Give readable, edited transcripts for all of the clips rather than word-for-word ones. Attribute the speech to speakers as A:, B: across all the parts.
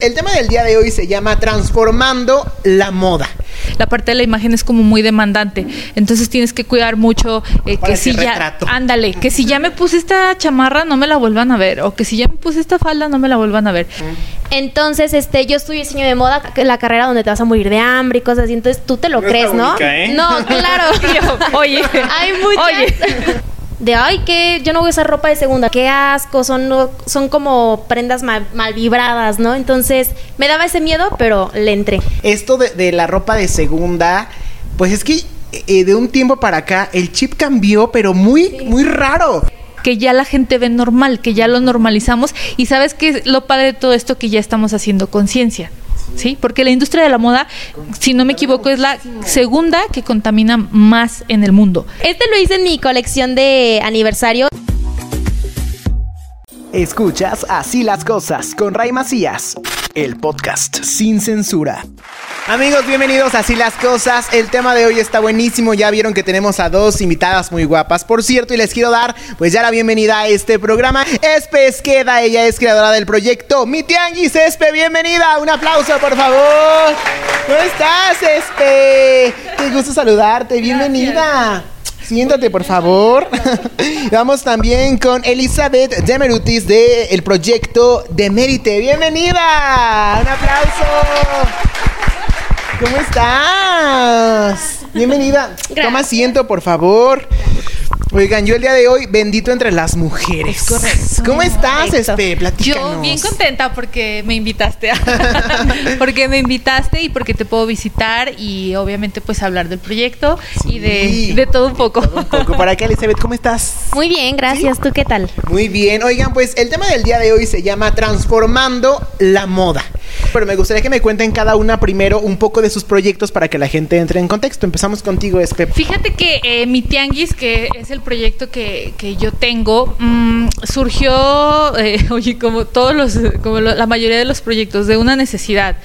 A: El tema del día de hoy se llama Transformando la moda.
B: La parte de la imagen es como muy demandante, entonces tienes que cuidar mucho que si ya, ándale, que si ya me puse esta chamarra no me la vuelvan a ver, o que si ya me puse esta falda no me la vuelvan a ver.
C: Entonces, yo estudio diseño de moda, la carrera donde te vas a morir de hambre y cosas así, entonces tú te lo crees, ¿no? No, claro.
B: Oye,
C: hay muchas. De ay, que yo no voy a usar ropa de segunda, qué asco, son como prendas mal vibradas, ¿no? Entonces me daba ese miedo, pero le entré.
A: Esto de la ropa de segunda, pues es que de un tiempo para acá el chip cambió, pero muy raro.
B: Que ya la gente ve normal, que ya lo normalizamos, y ¿sabes qué es lo padre de todo esto? Que ya estamos haciendo conciencia. ¿Sí? Porque la industria de la moda, si no me equivoco, es la segunda que contamina más en el mundo.
C: Lo hice en mi colección de aniversario.
A: Escuchas Así las Cosas con Ray Macías, el podcast sin censura. Amigos, bienvenidos a Así las Cosas. El tema de hoy está buenísimo. Ya vieron que tenemos a dos invitadas muy guapas, por cierto, y les quiero dar pues ya la bienvenida a este programa. Espe Esqueda, ella es creadora del proyecto Mi Tianguis. Espe, bienvenida. Un aplauso, por favor. ¿Cómo estás, Espe? Qué gusto saludarte. Bienvenida. Siéntate, por favor. Vamos también con Elizabeth Demerutis del proyecto Demérite. Bienvenida. Un aplauso. ¿Cómo estás? Bienvenida.
C: Gracias.
A: Toma asiento, por favor. Oigan, yo el día de hoy, bendito entre las mujeres.
B: Es correcto.
A: ¿Cómo estás, Espe? Platícanos.
B: Yo bien contenta porque me invitaste. Y porque te puedo visitar y obviamente pues hablar del proyecto y de todo un poco.
A: Para acá, Elizabeth, ¿cómo estás?
C: Muy bien, gracias. ¿Sí? ¿Tú qué tal?
A: Muy bien. Oigan, pues el tema del día de hoy se llama Transformando la moda. Pero me gustaría que me cuenten cada una primero un poco de sus proyectos para que la gente entre en contexto. Empezamos contigo, Espe.
B: Fíjate que Mi Tianguis, que es el proyecto que yo tengo, surgió, oye, como la mayoría de los proyectos, de una necesidad.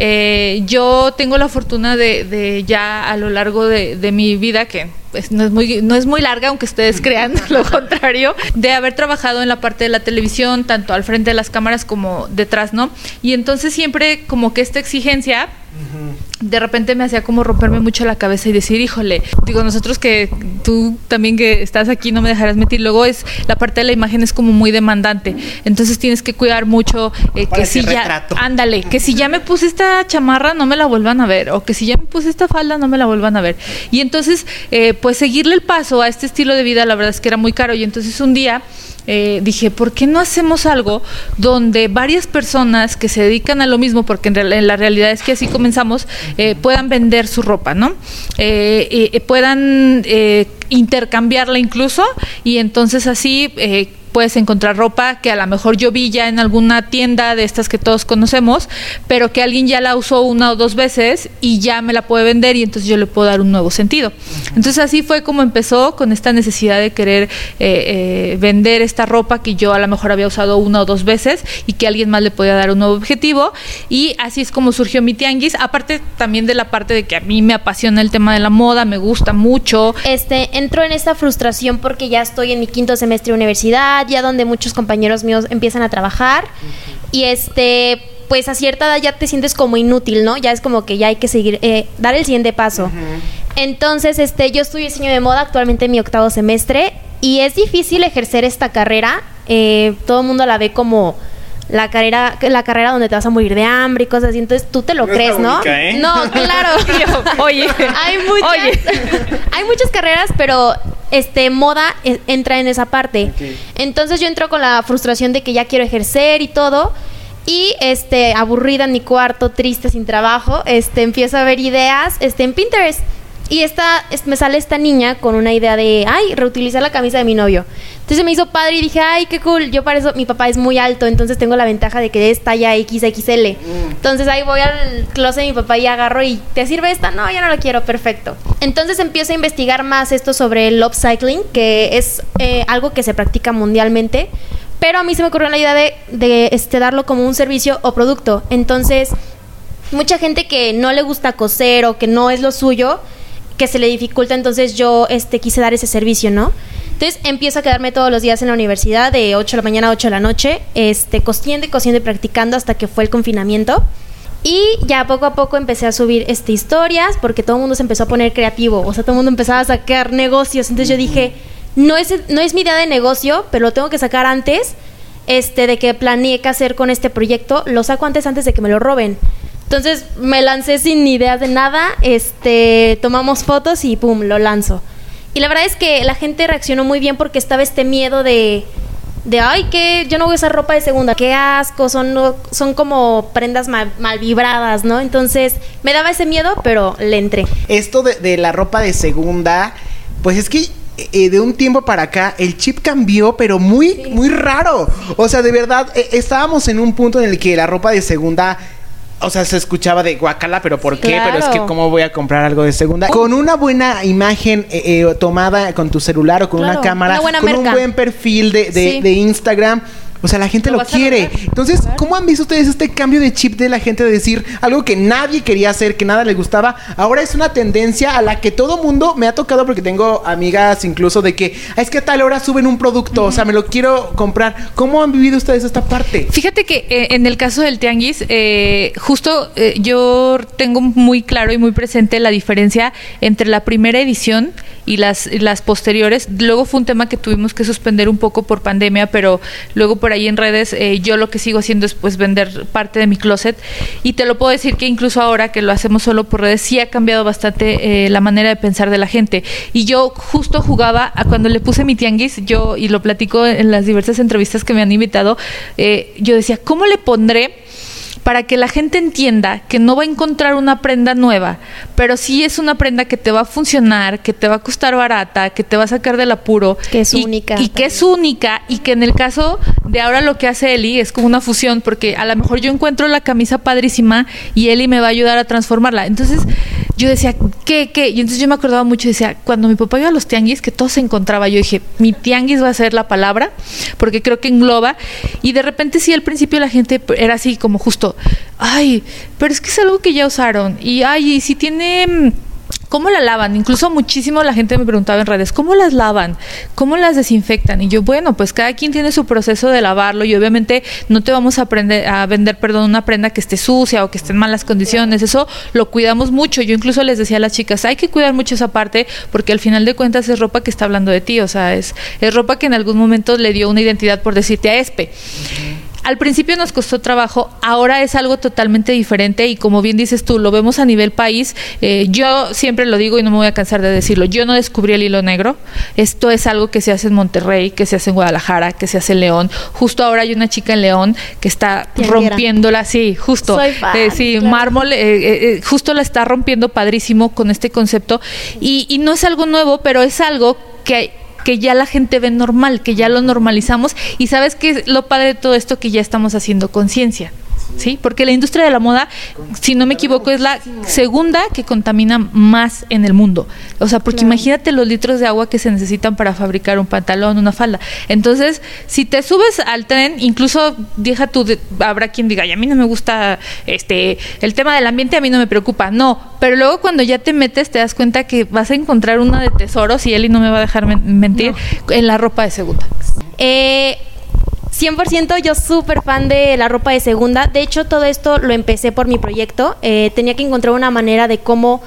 B: Yo tengo la fortuna de ya a lo largo de mi vida, que pues no es muy larga, aunque ustedes crean lo contrario, de haber trabajado en la parte de la televisión, tanto al frente de las cámaras como detrás, ¿no? Y entonces siempre como que esta exigencia de repente me hacía como romperme mucho la cabeza y decir, híjole, digo, nosotros que tú también que estás aquí no me dejarás mentir, luego la parte de la imagen es como muy demandante, entonces tienes que cuidar mucho que si ya, ándale, que si ya me puse esta chamarra no me la vuelvan a ver, o que si ya me puse esta falda no me la vuelvan a ver, y entonces pues seguirle el paso a este estilo de vida, la verdad es que era muy caro, y entonces un día dije, ¿por qué no hacemos algo donde varias personas que se dedican a lo mismo, porque en la realidad es que así comenzamos, puedan vender su ropa, ¿no? Puedan intercambiarla incluso, y entonces así puedes encontrar ropa que a lo mejor yo vi ya en alguna tienda de estas que todos conocemos, pero que alguien ya la usó una o dos veces y ya me la puede vender, y entonces yo le puedo dar un nuevo sentido. Entonces así fue como empezó, con esta necesidad de querer vender esta ropa que yo a lo mejor había usado una o dos veces y que alguien más le podía dar un nuevo objetivo, y así es como surgió Mi Tianguis, aparte también de la parte de que a mí me apasiona el tema de la moda, me gusta mucho.
C: Entro en esta frustración porque ya estoy en mi 5º semestre de universidad, ya donde muchos compañeros míos empiezan a trabajar, y pues a cierta edad ya te sientes como inútil, ¿no? Ya es como que ya hay que seguir, dar el siguiente paso. Entonces, yo estudio diseño de moda actualmente en mi 8º semestre, y es difícil ejercer esta carrera. Todo el mundo la ve como la carrera donde te vas a morir de hambre y cosas así, entonces tú te lo crees, ¿no?
A: Única,
C: No, claro.
B: Oye,
C: hay muchas carreras, pero moda entra en esa parte. Okay. Entonces yo entro con la frustración de que ya quiero ejercer y todo, y aburrida en mi cuarto, triste, sin trabajo, empiezo a ver ideas en Pinterest. Y me sale esta niña con una idea de, reutilizar la camisa de mi novio. Entonces me hizo padre y dije, qué cool. Yo para eso, mi papá es muy alto, entonces tengo la ventaja de que es talla XXL. Entonces ahí voy al closet de mi papá y agarro y, ¿te sirve esta? No, ya no la quiero, perfecto. Entonces empiezo a investigar más esto sobre el upcycling, que es algo que se practica mundialmente. Pero a mí se me ocurrió la idea de darlo como un servicio o producto. Entonces, mucha gente que no le gusta coser o que no es lo suyo, que se le dificulta, entonces yo quise dar ese servicio, ¿no? Entonces empiezo a quedarme todos los días en la universidad de 8 de la mañana a 8 de la noche, cosiendo y practicando hasta que fue el confinamiento. Y ya poco a poco empecé a subir historias porque todo el mundo se empezó a poner creativo, o sea, todo el mundo empezaba a sacar negocios. Entonces yo dije, no es mi idea de negocio, pero lo tengo que sacar antes de que planeé qué hacer con este proyecto. Lo saco antes de que me lo roben. Entonces me lancé sin ideas de nada, tomamos fotos y pum, lo lanzo. Y la verdad es que la gente reaccionó muy bien porque estaba miedo de ay, que yo no voy a usar ropa de segunda, qué asco, son como prendas mal vibradas, ¿no? Entonces me daba ese miedo, pero le entré.
A: Esto de la ropa de segunda, pues es que de un tiempo para acá el chip cambió, pero muy raro. O sea, de verdad, estábamos en un punto en el que la ropa de segunda, o sea, se escuchaba de guacala, pero ¿por qué?
C: Claro.
A: Pero es que ¿cómo voy a comprar algo de segunda? Con una buena imagen tomada con tu celular o con una cámara, con un buen perfil de Instagram, o sea, la gente lo quiere. Entonces, ¿cómo han visto ustedes este cambio de chip de la gente de decir algo que nadie quería hacer, que nada les gustaba? Ahora es una tendencia a la que todo mundo me ha tocado, porque tengo amigas incluso de que es que a tal hora suben un producto, o sea, me lo quiero comprar. ¿Cómo han vivido ustedes esta parte?
B: Fíjate que en el caso del tianguis, justo yo tengo muy claro y muy presente la diferencia entre la primera edición y las posteriores. Luego fue un tema que tuvimos que suspender un poco por pandemia, pero luego por ahí en redes yo lo que sigo haciendo es pues vender parte de mi closet, y te lo puedo decir que incluso ahora que lo hacemos solo por redes sí ha cambiado bastante la manera de pensar de la gente. Y yo justo jugaba a cuando le puse mi tianguis, y lo platico en las diversas entrevistas que me han invitado, yo decía, ¿cómo le pondré para que la gente entienda que no va a encontrar una prenda nueva, pero sí es una prenda que te va a funcionar, que te va a costar barata, que te va a sacar del apuro,
C: que es única,
B: y que es única, y que en el caso de ahora lo que hace Eli es como una fusión, porque a lo mejor yo encuentro la camisa padrísima y Eli me va a ayudar a transformarla. Entonces yo decía, ¿qué? Y entonces yo me acordaba mucho y decía, cuando mi papá iba a los tianguis, que todo se encontraba, yo dije, mi tianguis va a ser la palabra, porque creo que engloba. Y de repente sí, al principio la gente era así como justo, ay, pero es que es algo que ya usaron, y ay, y si tiene, ¿cómo la lavan? Incluso muchísimo la gente me preguntaba en redes, ¿cómo las lavan? ¿Cómo las desinfectan? Y yo, bueno, pues cada quien tiene su proceso de lavarlo, y obviamente no te vamos a vender una prenda que esté sucia o que esté en malas condiciones. Eso lo cuidamos mucho. Yo incluso les decía a las chicas, hay que cuidar mucho esa parte, porque al final de cuentas es ropa que está hablando de ti, o sea, es ropa que en algún momento le dio una identidad, por decirte, a Espe. Al principio nos costó trabajo, ahora es algo totalmente diferente, y como bien dices tú, lo vemos a nivel país. Yo siempre lo digo y no me voy a cansar de decirlo, yo no descubrí el hilo negro. Esto es algo que se hace en Monterrey, que se hace en Guadalajara, que se hace en León. Justo ahora hay una chica en León que está rompiéndola, sí, justo.
C: Soy fan,
B: sí,
C: claro.
B: Mármol, justo la está rompiendo padrísimo con este concepto, y no es algo nuevo, pero es algo que ya la gente ve normal, que ya lo normalizamos. Y ¿sabes qué es lo padre de todo esto? Que ya estamos haciendo conciencia, ¿sí? Porque la industria de la moda, si no me equivoco, es la segunda que contamina más en el mundo. O sea, porque imagínate los litros de agua que se necesitan para fabricar un pantalón, una falda. Entonces, si te subes al tren, incluso habrá quien diga, ay, a mí no me gusta el tema del ambiente, a mí no me preocupa. No, pero luego cuando ya te metes te das cuenta que vas a encontrar una de tesoros, y Eli no me va a dejar mentir, en la ropa de segunda.
C: 100% yo súper fan de la ropa de segunda. De hecho, todo esto lo empecé por mi proyecto. Tenía que encontrar una manera de cómo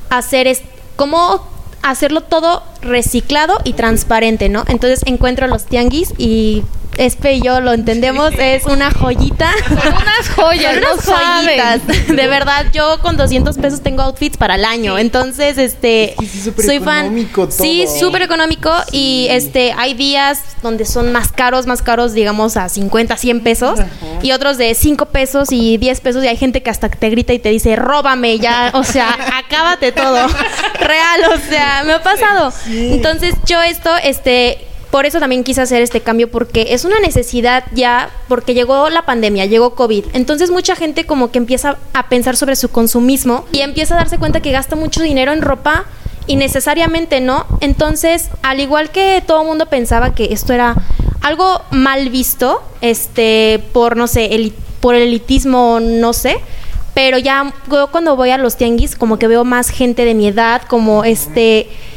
C: hacerlo todo reciclado y transparente, ¿no? Entonces encuentro los tianguis, y Espe y yo lo entendemos, es una joyita.
B: Son unas joyas,
C: unas joyitas. De verdad, yo con 200 pesos tengo outfits para el año. Entonces, soy fan.
A: Todo.
C: Sí, súper económico. Y hay días donde son más caros, digamos a 50, 100 pesos. Ajá. Y otros de 5 pesos y 10 pesos. Y hay gente que hasta te grita y te dice, róbame ya, o sea, acábate todo. Real, o sea, me ha pasado. Sí. Entonces, yo por eso también quise hacer este cambio, porque es una necesidad ya, porque llegó la pandemia, llegó COVID. Entonces mucha gente como que empieza a pensar sobre su consumismo y empieza a darse cuenta que gasta mucho dinero en ropa innecesariamente, ¿no? Entonces, al igual que todo el mundo pensaba que esto era algo mal visto, por, no sé, por el elitismo, no sé, pero ya yo cuando voy a los tianguis como que veo más gente de mi edad, como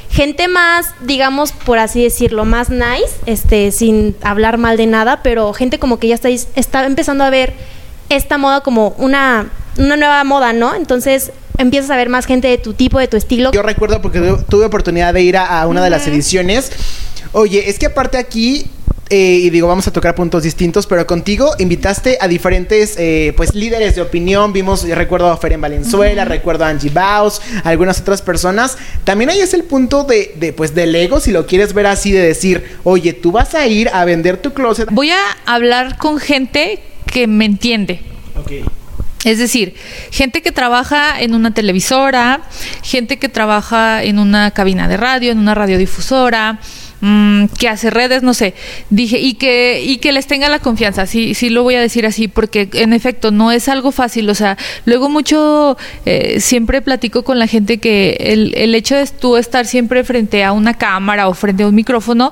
C: gente más, digamos, por así decirlo, más nice, sin hablar mal de nada, pero gente como que ya está empezando a ver esta moda como una nueva moda, ¿no? Entonces empiezas a ver más gente de tu tipo, de tu estilo.
A: Yo recuerdo porque tuve oportunidad de ir a una de las ediciones. Oye, es que aparte aquí... y digo, vamos a tocar puntos distintos, pero contigo invitaste a diferentes pues líderes de opinión. Recuerdo a Feren Valenzuela, recuerdo a Angie Baus, algunas otras personas. También ahí es el punto del ego, si lo quieres ver así, de decir, oye, tú vas a ir a vender tu closet.
B: Voy a hablar con gente que me entiende.
A: Okay.
B: Es decir, gente que trabaja en una televisora, gente que trabaja en una cabina de radio, en una radiodifusora, que hace redes, no sé, dije, y que les tenga la confianza, sí lo voy a decir así, porque en efecto no es algo fácil, o sea, luego mucho, siempre platico con la gente que el hecho de tú estar siempre frente a una cámara o frente a un micrófono,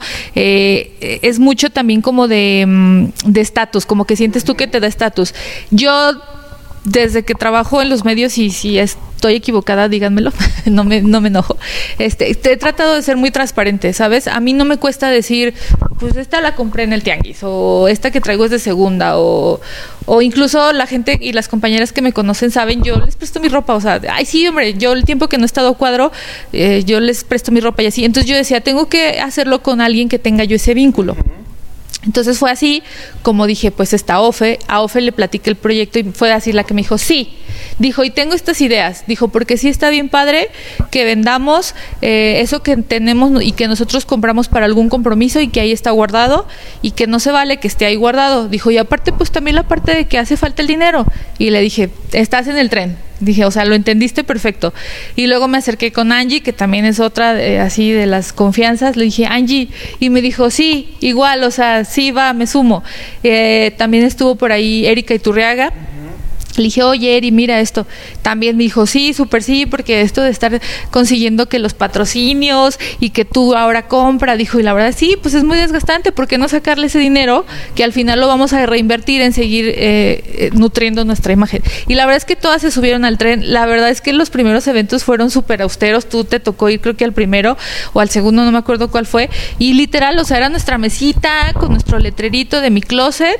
B: es mucho también como de estatus, como que sientes tú que te da estatus. Yo, desde que trabajo en los medios, y si estoy equivocada, díganmelo, no me enojo. He tratado de ser muy transparente, ¿sabes? A mí no me cuesta decir, pues esta la compré en el tianguis, o esta que traigo es de segunda, o incluso la gente y las compañeras que me conocen saben, yo les presto mi ropa, o sea, ay sí, hombre, yo el tiempo que no he estado a cuadro, yo les presto mi ropa y así. Entonces yo decía, tengo que hacerlo con alguien que tenga yo ese vínculo. Entonces fue así como dije, pues a Ofe le platiqué el proyecto y fue así la que me dijo, sí. Dijo, y tengo estas ideas. Dijo, porque sí está bien padre que vendamos eso que tenemos y que nosotros compramos para algún compromiso y que ahí está guardado y que no se vale que esté ahí guardado. Dijo, y aparte pues también la parte de que hace falta el dinero. Y le dije, estás en el tren. Dije, o sea, lo entendiste perfecto. Y luego me acerqué con Angie, que también es otra así de las confianzas. Le dije, Angie, y me dijo, sí, igual, o sea, sí, va, me sumo. También estuvo por ahí Erika Iturriaga. Le dije, oye, Eri, mira esto. También me dijo, sí, súper sí, porque esto de estar consiguiendo que los patrocinios y que tú ahora compra, dijo, y la verdad sí, pues es muy desgastante, ¿por qué no sacarle ese dinero que al final lo vamos a reinvertir en seguir nutriendo nuestra imagen? Y la verdad es que todas se subieron al tren. La verdad es que los primeros eventos fueron súper austeros. Tú te tocó ir, creo que al primero o al segundo, no me acuerdo cuál fue, y literal, o sea, era nuestra mesita con nuestro letrerito de mi closet,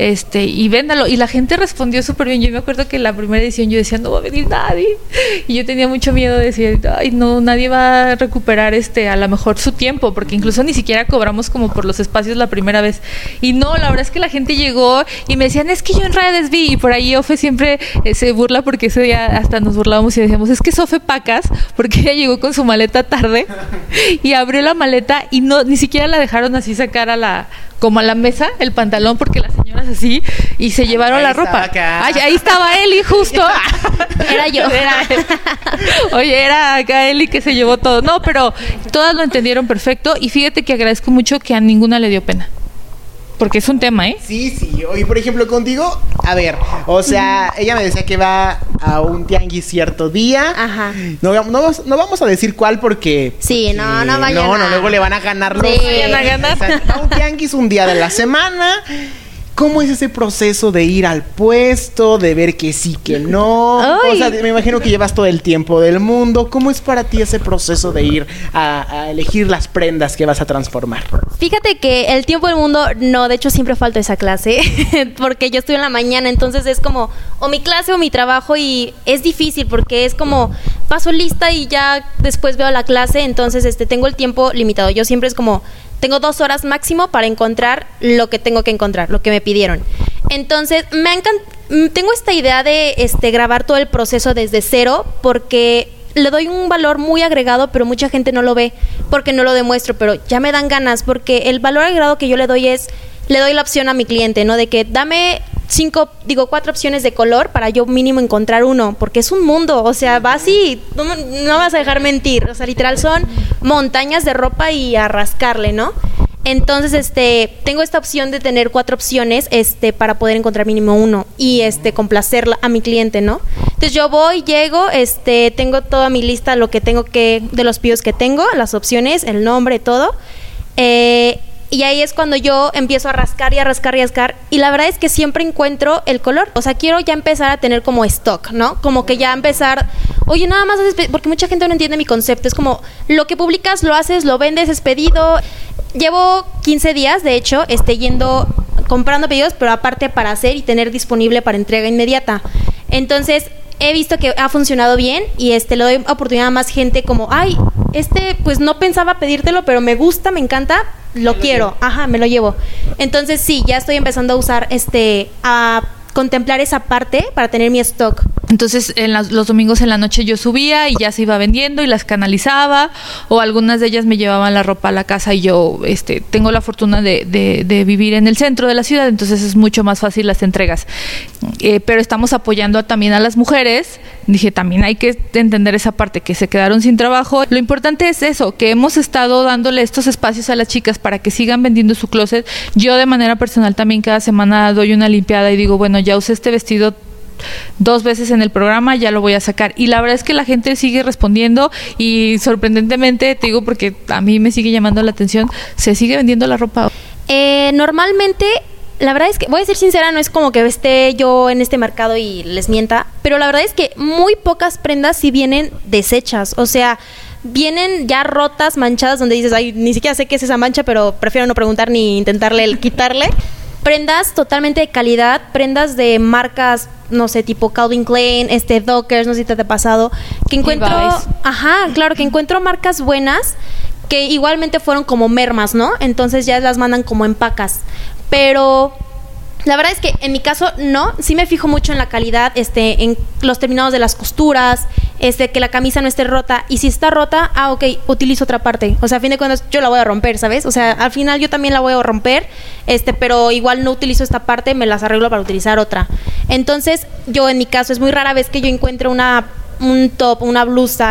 B: y véndalo, y la gente respondió súper bien. Yo me acuerdo que en la primera edición yo decía, no va a venir nadie, y yo tenía mucho miedo de decir, ay, no, nadie va a recuperar a lo mejor su tiempo, porque incluso ni siquiera cobramos como por los espacios la primera vez. Y no, la verdad es que la gente llegó y me decían, es que yo en redes vi, y por ahí Ofe siempre se burla, porque ese día hasta nos burlábamos y decíamos, es que es Ofe Pacas, porque ella llegó con su maleta tarde y abrió la maleta y no, ni siquiera la dejaron así sacar como a la mesa el pantalón, porque las señoras así, y se llevaron la ropa. Ahí estaba Eli, justo.
C: Era yo.
B: Oye, era acá Eli que se llevó todo. No, pero todas lo entendieron perfecto, y fíjate que agradezco mucho que a ninguna le dio pena. Porque es un tema, ¿eh?
A: Sí. Oye, por ejemplo, contigo, a ver, o sea, ella me decía que va a un tianguis cierto día.
C: Ajá.
A: No vamos a decir cuál porque...
C: Sí, no vayan
A: No, luego le van a ganar los...
C: Sí.
B: Vayan a ganar.
A: O sea, va a un tianguis un día de la semana. ¿Cómo es ese proceso de ir al puesto, de ver que sí, que no?
C: Ay.
A: O sea, me imagino que llevas todo el tiempo del mundo. ¿Cómo es para ti ese proceso de ir a elegir las prendas que vas a transformar?
C: Fíjate que el tiempo del mundo, no, de hecho siempre falta esa clase, porque yo estoy en la mañana, entonces es como o mi clase o mi trabajo, y es difícil porque es como paso lista y ya después veo la clase, entonces tengo el tiempo limitado. Yo siempre es como, tengo 2 horas máximo para encontrar lo que tengo que encontrar, lo que me pidieron. Entonces, tengo esta idea de grabar todo el proceso desde cero, porque le doy un valor muy agregado, pero mucha gente no lo ve porque no lo demuestro, pero ya me dan ganas, porque el valor agregado que yo le doy le doy la opción a mi cliente, ¿no? De que dame 4 opciones de color para yo mínimo encontrar uno, porque es un mundo, o sea, vas y no vas a dejar mentir, o sea, literal son montañas de ropa y a rascarle, ¿no? Entonces, tengo esta opción de tener 4 opciones, para poder encontrar mínimo uno y, complacer a mi cliente, ¿no? Entonces, yo llego, tengo toda mi lista, lo que tengo de los pedidos que tengo, las opciones, el nombre, todo. Y ahí es cuando yo empiezo a rascar y a rascar y a rascar. Y la verdad es que siempre encuentro el color. O sea, quiero ya empezar a tener como stock, ¿no? Como que ya empezar... Oye, nada más haces... Porque mucha gente no entiende mi concepto. Es como, lo que publicas, lo haces, lo vendes, es pedido. Llevo 15 días, de hecho, comprando pedidos, pero aparte para hacer y tener disponible para entrega inmediata. Entonces... he visto que ha funcionado bien y le doy oportunidad a más gente como, ay, pues no pensaba pedírtelo, pero me gusta, me encanta, lo quiero, ajá, me lo llevo. Entonces sí, ya estoy empezando a usar a contemplar esa parte para tener mi stock.
B: Entonces, los domingos en la noche yo subía y ya se iba vendiendo y las canalizaba, o algunas de ellas me llevaban la ropa a la casa y yo tengo la fortuna de vivir en el centro de la ciudad, entonces es mucho más fácil las entregas. Pero estamos apoyando también a las mujeres. Dije, también hay que entender esa parte, que se quedaron sin trabajo. Lo importante es eso, que hemos estado dándole estos espacios a las chicas para que sigan vendiendo su closet. Yo de manera personal también cada semana doy una limpiada y digo, bueno, ya usé este vestido 2 veces en el programa, ya lo voy a sacar. Y la verdad es que la gente sigue respondiendo y sorprendentemente, te digo porque a mí me sigue llamando la atención, se sigue vendiendo la ropa.
C: Normalmente, la verdad es que, voy a ser sincera, no es como que esté yo en este mercado y les mienta, pero la verdad es que muy pocas prendas sí vienen deshechas, o sea, vienen ya rotas, manchadas, donde dices, ay, ni siquiera sé qué es esa mancha, pero prefiero no preguntar ni intentarle quitarle. Prendas totalmente de calidad, prendas de marcas, no sé, tipo Calvin Klein, Dockers, no sé si te ha pasado, que encuentro, que encuentro marcas buenas, que igualmente fueron como mermas, ¿no? Entonces ya las mandan como en pacas. Pero la verdad es que en mi caso no, sí me fijo mucho en la calidad, en los terminados de las costuras, que la camisa no esté rota, y si está rota, ok, utilizo otra parte. O sea, a fin de cuentas yo la voy a romper, ¿sabes? O sea, al final yo también la voy a romper, pero igual no utilizo esta parte, me las arreglo para utilizar otra. Entonces, yo en mi caso es muy rara vez que yo encuentre un top, una blusa,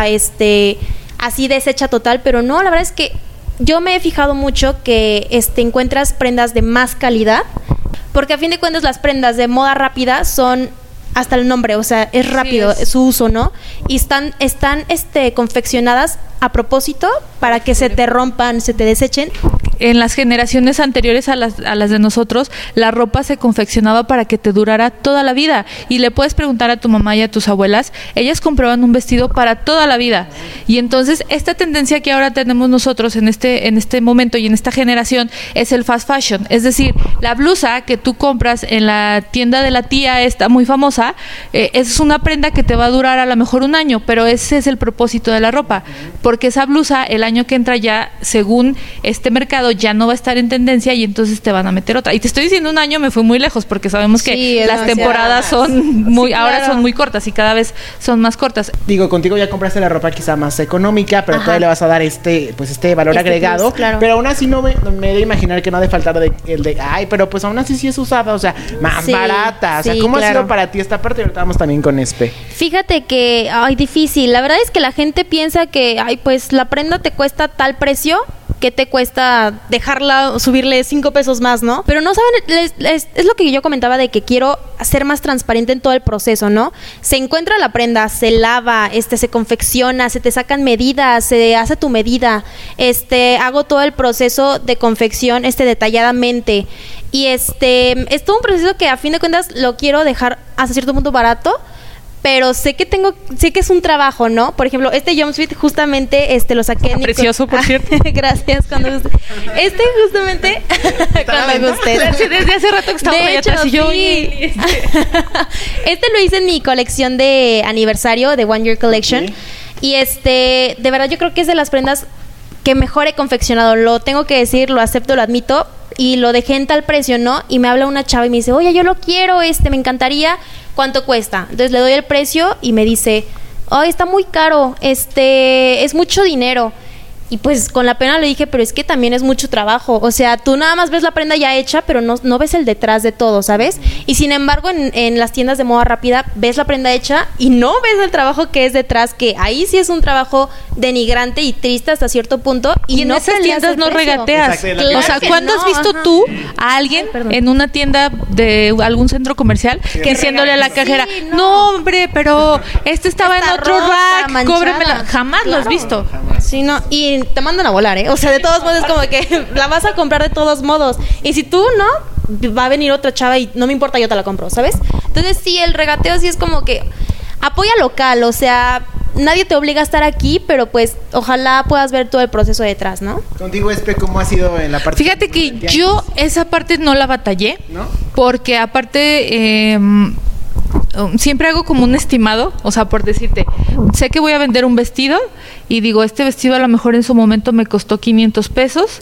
C: así deshecha total, pero no, la verdad es que yo me he fijado mucho que encuentras prendas de más calidad, porque a fin de cuentas las prendas de moda rápida son hasta el nombre, o sea, es rápido su uso, ¿no? Y están confeccionadas a propósito para que se te rompan, se te desechen.
B: En las generaciones anteriores a las de nosotros, la ropa se confeccionaba para que te durara toda la vida. Y le puedes preguntar a tu mamá y a tus abuelas, ellas compraban un vestido para toda la vida. Y entonces, esta tendencia que ahora tenemos nosotros en este momento y en esta generación es el fast fashion. Es decir, la blusa que tú compras en la tienda de la tía esta muy famosa, es una prenda que te va a durar a lo mejor un año, pero ese es el propósito de la ropa. Porque esa blusa, el año que entra ya, según este mercado, ya no va a estar en tendencia y entonces te van a meter otra. Y te estoy diciendo un año, me fui muy lejos porque sabemos que las temporadas son ahora son muy cortas y cada vez son más cortas.
A: Digo, contigo ya compraste la ropa quizá más económica, pero todavía le vas a dar este valor agregado.
C: Plus, claro.
A: Pero aún así no me de imaginar que no ha de faltar ay, pero pues aún así sí es usada, o sea, más barata. O sea, ¿cómo ha sido para ti esta parte? Y ahorita vamos también con Espe.
C: Fíjate que, difícil. La verdad es que la gente piensa que, pues la prenda te cuesta tal precio, ¿qué te cuesta dejarla, subirle 5 pesos más, no? Pero no saben, es lo que yo comentaba de que quiero ser más transparente en todo el proceso, ¿no? Se encuentra la prenda, se lava, se confecciona, se te sacan medidas, se hace tu medida, hago todo el proceso de confección, detalladamente. Y es todo un proceso que a fin de cuentas lo quiero dejar hasta cierto punto barato, pero sé que es un trabajo, ¿no? Por ejemplo, jumpsuit justamente lo saqué
B: precioso, por cierto.
C: Gracias, cuando guste. Justamente cuando guste.
B: Desde hace rato que estaba allá atrás y yo
C: sí. Lo hice en mi colección de aniversario de One Year Collection. Y de verdad yo creo que es de las prendas que mejor he confeccionado. Lo tengo que decir, lo acepto, lo admito. Y lo dejé en tal precio, ¿no? Y me habla una chava y me dice, oye, yo lo quiero, me encantaría. ¿Cuánto cuesta? Entonces le doy el precio y me dice, ay, está muy caro, es mucho dinero. Y pues con la pena le dije, pero es que también es mucho trabajo. O sea, tú nada más ves la prenda ya hecha, pero no ves el detrás de todo, ¿sabes? Y sin embargo, en las tiendas de moda rápida, ves la prenda hecha y no ves el trabajo que es detrás, que ahí sí es un trabajo denigrante y triste hasta cierto punto.
B: Y en esas tiendas no regateas.
C: Claro,
B: o sea, ¿cuándo has visto tú a alguien en una tienda de algún centro comercial diciéndole a la cajera, no, hombre, pero estaba en otro rack, cóbremela? Jamás lo has visto.
C: Sí, no, y te mandan a volar, ¿eh? O sea, de todos modos es como que la vas a comprar de todos modos. Y si tú no, va a venir otra chava y no me importa, yo te la compro, ¿sabes? Entonces sí, el regateo sí es como que apoya local, o sea, nadie te obliga a estar aquí, pero pues ojalá puedas ver todo el proceso detrás, ¿no?
A: Contigo, Espe, ¿cómo ha sido en la parte?
B: Fíjate que yo esa parte no la batallé,
A: ¿no?
B: Porque aparte siempre hago como un estimado, o sea, por decirte, sé que voy a vender un vestido y digo, este vestido a lo mejor en su momento me costó 500 pesos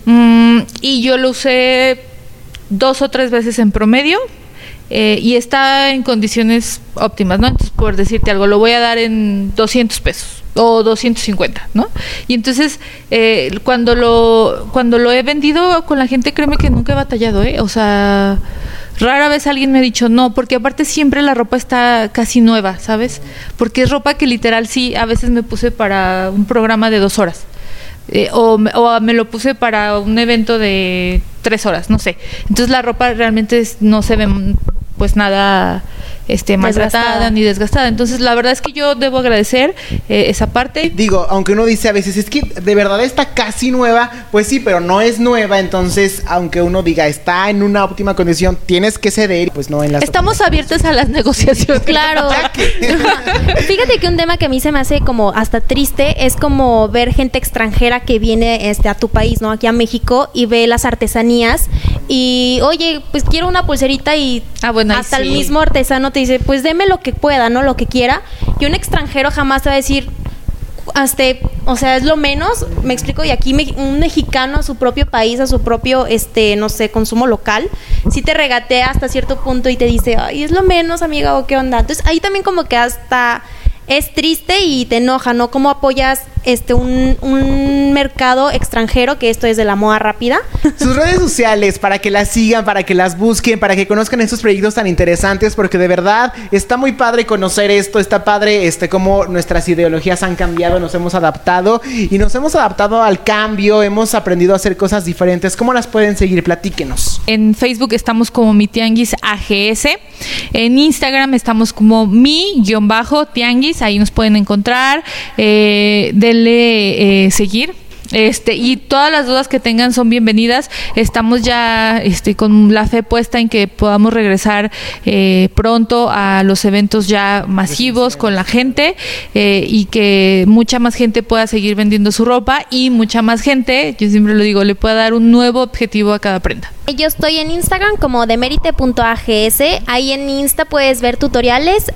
B: y yo lo usé 2 o 3 veces en promedio. Y está en condiciones óptimas, ¿no? Entonces, por decirte algo, lo voy a dar en 200 pesos o 250, ¿no? Y entonces, cuando lo he vendido con la gente, créeme que nunca he batallado, ¿eh? O sea, rara vez alguien me ha dicho no, porque aparte siempre la ropa está casi nueva, ¿sabes? Porque es ropa que literal sí, a veces me puse para un programa de 2 horas. O me lo puse para un evento de 3 horas, no sé. Entonces la ropa realmente no se ve pues nada maltratada ni desgastada. Entonces la verdad es que yo debo agradecer esa parte.
A: Digo, aunque uno dice a veces, es que de verdad está casi nueva, pues sí, pero no es nueva. Entonces, aunque uno diga, está en una óptima condición, tienes que ceder, pues no en las...
B: Estamos abiertos a las negociaciones.
C: Claro. Fíjate que un tema que a mí se me hace como hasta triste es como ver gente extranjera que viene a tu país, ¿no? Aquí a México, y ve las artesanías y, oye, pues quiero una pulserita y
B: bueno,
C: hasta el mismo artesano te dice, pues deme lo que pueda, ¿no? Lo que quiera. Y un extranjero jamás te va a decir, o sea, es lo menos, me explico, y aquí un mexicano a su propio país, a su propio, no sé, consumo local, sí te regatea hasta cierto punto y te dice, ay, es lo menos, amiga, o qué onda. Entonces, ahí también como que hasta es triste y te enoja, ¿no? ¿Cómo apoyas un mercado extranjero, que esto es de la moda rápida?
A: Sus redes sociales, para que las sigan, para que las busquen, para que conozcan estos proyectos tan interesantes, porque de verdad está muy padre conocer esto, está padre cómo nuestras ideologías han cambiado, nos hemos adaptado y nos hemos adaptado al cambio, hemos aprendido a hacer cosas diferentes. ¿Cómo las pueden seguir? Platíquenos.
B: En Facebook estamos como Mi Tianguis AGS, en Instagram estamos como Mi_Tianguis, ahí nos pueden encontrar, denle seguir. Y todas las dudas que tengan son bienvenidas. Estamos ya con la fe puesta en que podamos regresar pronto a los eventos ya masivos con la gente, y que mucha más gente pueda seguir vendiendo su ropa y mucha más gente, yo siempre lo digo, le pueda dar un nuevo objetivo a cada prenda.
C: Yo estoy en Instagram como demerite.ags. Ahí en Insta puedes ver tutoriales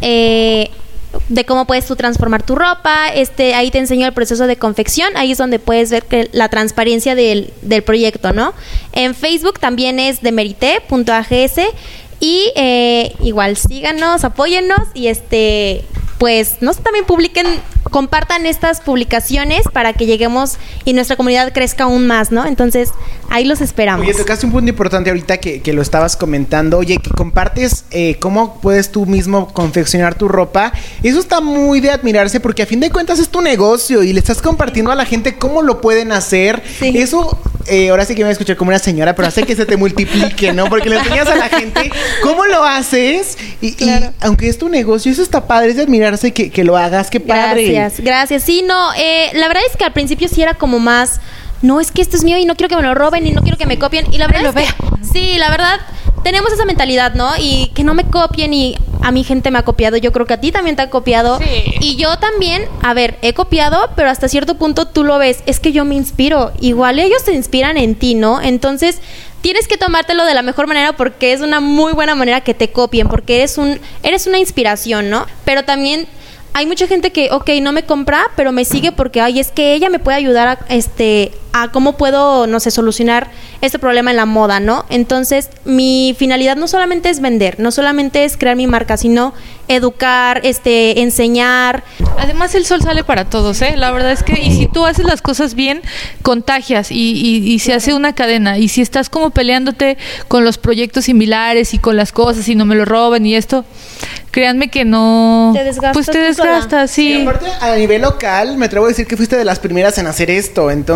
C: de cómo puedes tú transformar tu ropa. Ahí te enseño el proceso de confección. Ahí es donde puedes ver la transparencia del proyecto, ¿no? En Facebook también es demerite.ags. Y igual síganos, apóyennos y pues no sé, también compartan estas publicaciones para que lleguemos y nuestra comunidad crezca aún más, ¿no? Entonces, ahí los esperamos.
A: Oye, tocaste un punto importante ahorita que lo estabas comentando. Oye, que compartes cómo puedes tú mismo confeccionar tu ropa. Eso está muy de admirarse, porque a fin de cuentas es tu negocio y le estás compartiendo a la gente cómo lo pueden hacer. Sí. Eso, ahora sí que me voy a escuchar como una señora, pero hace que se te multiplique, ¿no? Porque le enseñas a la gente cómo lo haces claro. Y aunque es tu negocio, eso está padre, es de admirarse que lo hagas. Qué padre.
C: Gracias. Sí, no, la verdad es que al principio sí era como más, no, es que esto es mío y no quiero que me lo roben y no quiero que me copien. Y la verdad es que, sí, la verdad, tenemos esa mentalidad, ¿no? Y que no me copien, y a mi gente me ha copiado, yo creo que a ti también te ha copiado. Sí. Y yo también, a ver, he copiado, pero hasta cierto punto tú lo ves, es que yo me inspiro. Igual ellos se inspiran en ti, ¿no? Entonces, tienes que tomártelo de la mejor manera, porque es una muy buena manera que te copien, porque eres una inspiración, ¿no? Pero también hay mucha gente que, no me compra, pero me sigue porque, es que ella me puede ayudar a cómo puedo, no sé, solucionar este problema en la moda, ¿no? Entonces, mi finalidad no solamente es vender, no solamente es crear mi marca, sino educar, enseñar.
B: Además, el sol sale para todos, ¿eh? La verdad es que, y si tú haces las cosas bien, contagias y se hace una cadena. Y si estás como peleándote con los proyectos similares y con las cosas y no me lo roben y esto, créanme que no...
C: Te desgastas.
B: Pues te desgastas, sí.
A: Y aparte, a nivel local, me atrevo a decir que fuiste de las primeras en hacer esto. Entonces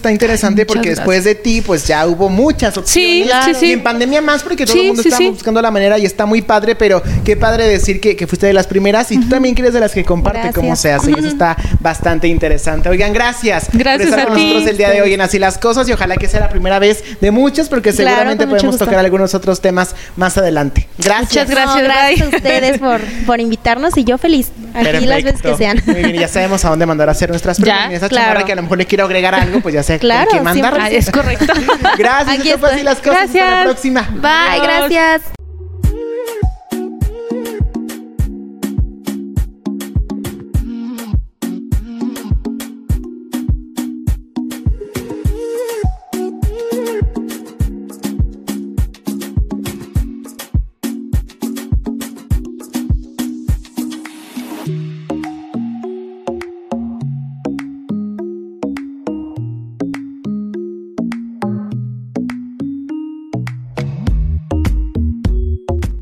A: está interesante porque después de ti, pues ya hubo muchas opciones.
B: Sí.
A: Y en pandemia más porque todo el mundo estaba buscando la manera y está muy padre, pero qué padre decir que fuiste de las primeras y tú también que eres de las que comparte cómo se hace. Y eso está bastante interesante. Oigan, gracias por estar con nosotros el día de hoy en Así las Cosas y ojalá que sea la primera vez de muchas porque seguramente podemos tocar algunos otros temas más adelante. Gracias.
B: Muchas gracias.
C: Gracias a ustedes por invitarnos y yo feliz. Aquí las veces que sean.
A: Muy bien, ya sabemos a dónde mandar a hacer nuestras preguntas. Esa chamarra que a lo mejor le quiero agregar algo, pues ya sé con qué mandar.
B: Es correcto.
A: Gracias.
C: Aquí
A: esto fue Así las Cosas. Hasta la próxima.
C: Bye, gracias.